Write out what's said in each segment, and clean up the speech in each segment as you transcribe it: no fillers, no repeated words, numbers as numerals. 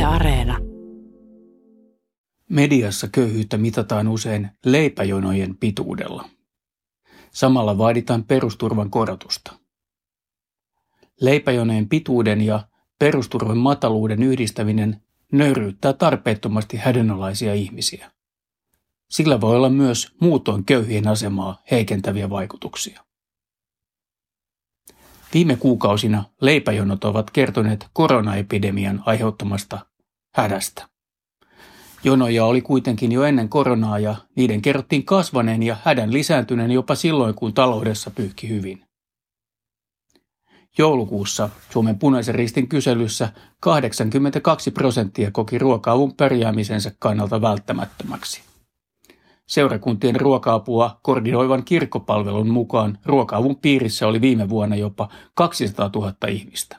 Areena. Mediassa köyhyyttä mitataan usein leipäjonojen pituudella. Samalla vaaditaan perusturvan korotusta. Leipäjonojen pituuden ja perusturvan mataluuden yhdistäminen nöyryyttää tarpeettomasti hädänalaisia ihmisiä. Sillä voi olla myös muutoin köyhien asemaa heikentäviä vaikutuksia. Viime kuukausina leipäjonot ovat kertoneet koronaepidemian aiheuttamasta hädästä. Jonoja oli kuitenkin jo ennen koronaa ja niiden kerrottiin kasvaneen ja hädän lisääntyneen jopa silloin, kun taloudessa pyyhki hyvin. Joulukuussa Suomen Punaisen Ristin kyselyssä 82% koki ruoka-avun pärjäämisensä kannalta välttämättömäksi. Seurakuntien ruoka-apua koordinoivan kirkkopalvelun mukaan ruoka-avun piirissä oli viime vuonna jopa 200 000 ihmistä.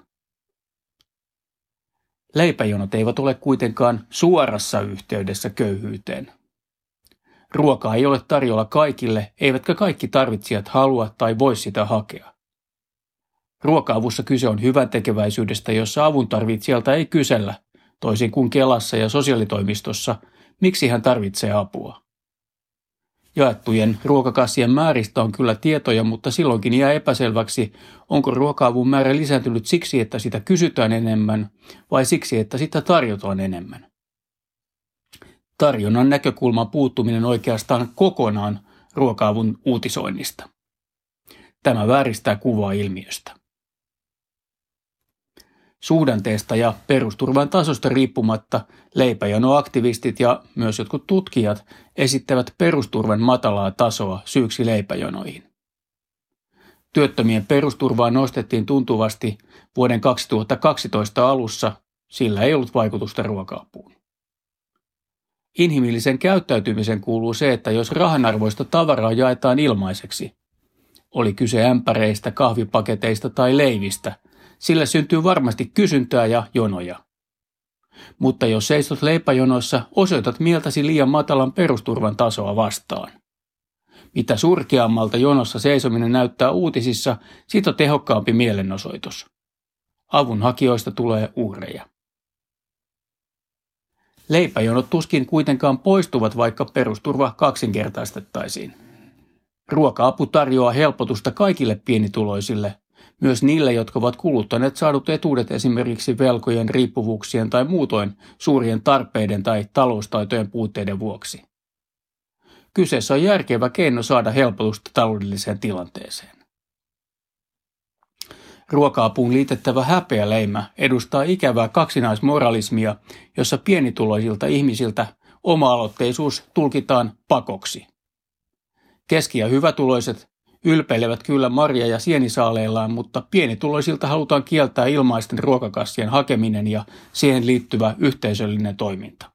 Leipäjonot eivät ole kuitenkaan suorassa yhteydessä köyhyyteen. Ruokaa ei ole tarjolla kaikille, eivätkä kaikki tarvitsijat halua tai voi sitä hakea. Ruoka-avussa kyse on hyväntekeväisyydestä, jossa avun tarvitsijalta ei kysellä, toisin kuin Kelassa ja sosiaalitoimistossa, miksi hän tarvitsee apua. Jaettujen ruokakassien määristä on kyllä tietoja, mutta silloinkin jää epäselväksi, onko ruoka-avun määrä lisääntynyt siksi, että sitä kysytään enemmän vai siksi, että sitä tarjotaan enemmän. Tarjonnan näkökulman puuttuminen oikeastaan kokonaan ruoka-avun uutisoinnista. Tämä vääristää kuvaa ilmiöstä. Suhdanteesta ja perusturvan tasosta riippumatta leipäjonoaktivistit ja myös jotkut tutkijat esittävät perusturvan matalaa tasoa syyksi leipäjonoihin. Työttömien perusturvaa nostettiin tuntuvasti vuoden 2012 alussa, sillä ei ollut vaikutusta ruoka-apuun. Inhimillisen käyttäytymisen kuuluu se, että jos rahanarvoista tavaraa jaetaan ilmaiseksi, oli kyse ämpäreistä, kahvipaketeista tai leivistä, sillä syntyy varmasti kysyntää ja jonoja. Mutta jos seisot leipäjonoissa, osoitat mieltäsi liian matalan perusturvan tasoa vastaan. Mitä surkeammalta jonossa seisominen näyttää uutisissa, sitä tehokkaampi mielenosoitus. Avun hakijoista tulee uhreja. Leipäjonot tuskin kuitenkaan poistuvat, vaikka perusturva kaksinkertaistettaisiin. Ruoka-apu tarjoaa helpotusta kaikille pienituloisille, myös niille, jotka ovat kuluttaneet saadut etuudet esimerkiksi velkojen, riippuvuuksien tai muutoin suurien tarpeiden tai taloustaitojen puutteiden vuoksi. Kyseessä on järkevä keino saada helpotusta taloudelliseen tilanteeseen. Ruoka-apuun liitettävä häpeäleimä edustaa ikävää kaksinaismoralismia, jossa pienituloisilta ihmisiltä oma-aloitteisuus tulkitaan pakoksi. Keski- ja hyvätuloiset ylpeilevät kyllä marja- ja sienisaaleillaan, mutta pienituloisilta halutaan kieltää ilmaisten ruokakassien hakeminen ja siihen liittyvä yhteisöllinen toiminta.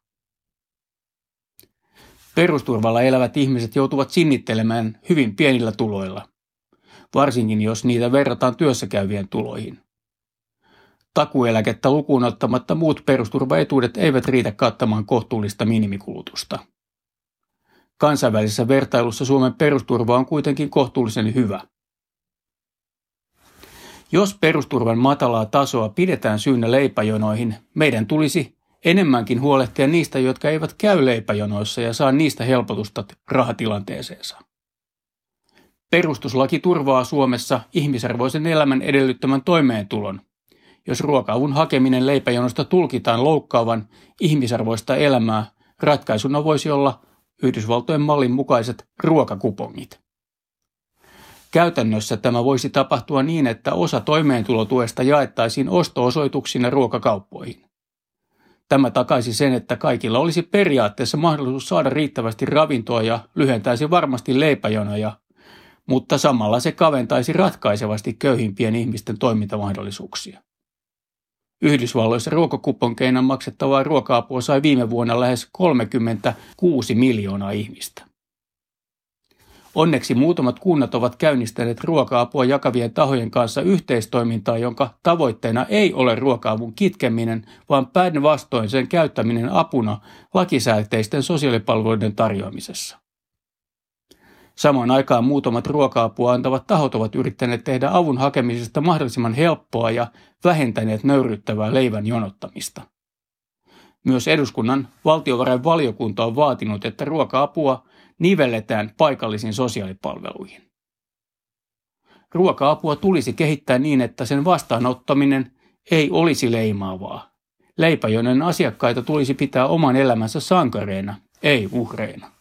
Perusturvalla elävät ihmiset joutuvat sinnittelemään hyvin pienillä tuloilla, varsinkin jos niitä verrataan työssäkäyvien tuloihin. Takuueläkettä lukuun ottamatta muut perusturvaetuudet eivät riitä kattamaan kohtuullista minimikulutusta. Kansainvälisessä vertailussa Suomen perusturva on kuitenkin kohtuullisen hyvä. Jos perusturvan matalaa tasoa pidetään syynä leipäjonoihin, meidän tulisi enemmänkin huolehtia niistä, jotka eivät käy leipäjonoissa ja saa niistä helpotusta rahatilanteeseensa. Perustuslaki turvaa Suomessa ihmisarvoisen elämän edellyttämän toimeentulon. Jos ruoka-avun hakeminen leipäjonosta tulkitaan loukkaavan ihmisarvoista elämää, ratkaisuna voisi olla Yhdysvaltojen mallin mukaiset ruokakupongit. Käytännössä tämä voisi tapahtua niin, että osa toimeentulotuesta jaettaisiin osto-osoituksina ruokakauppoihin. Tämä takaisi sen, että kaikilla olisi periaatteessa mahdollisuus saada riittävästi ravintoa ja lyhentäisi varmasti leipäjonoja, mutta samalla se kaventaisi ratkaisevasti köyhimpien ihmisten toimintamahdollisuuksia. Yhdysvalloissa ruokakuponkeina maksettavaa ruoka-apua sai viime vuonna lähes 36 miljoonaa ihmistä. Onneksi muutamat kunnat ovat käynnistäneet ruoka-apua jakavien tahojen kanssa yhteistoimintaa, jonka tavoitteena ei ole ruoka-avun kitkeminen, vaan päinvastoin sen käyttäminen apuna lakisääteisten sosiaalipalveluiden tarjoamisessa. Samaan aikaan muutamat ruoka-apua antavat tahot ovat yrittäneet tehdä avun hakemisesta mahdollisimman helppoa ja vähentäneet nöyryyttävää leivän jonottamista. Myös eduskunnan valtiovarainvaliokunta on vaatinut, että ruoka-apua nivelletään paikallisiin sosiaalipalveluihin. Ruoka-apua tulisi kehittää niin, että sen vastaanottaminen ei olisi leimaavaa. Leipäjonojen asiakkaita tulisi pitää oman elämänsä sankareina, ei uhreina.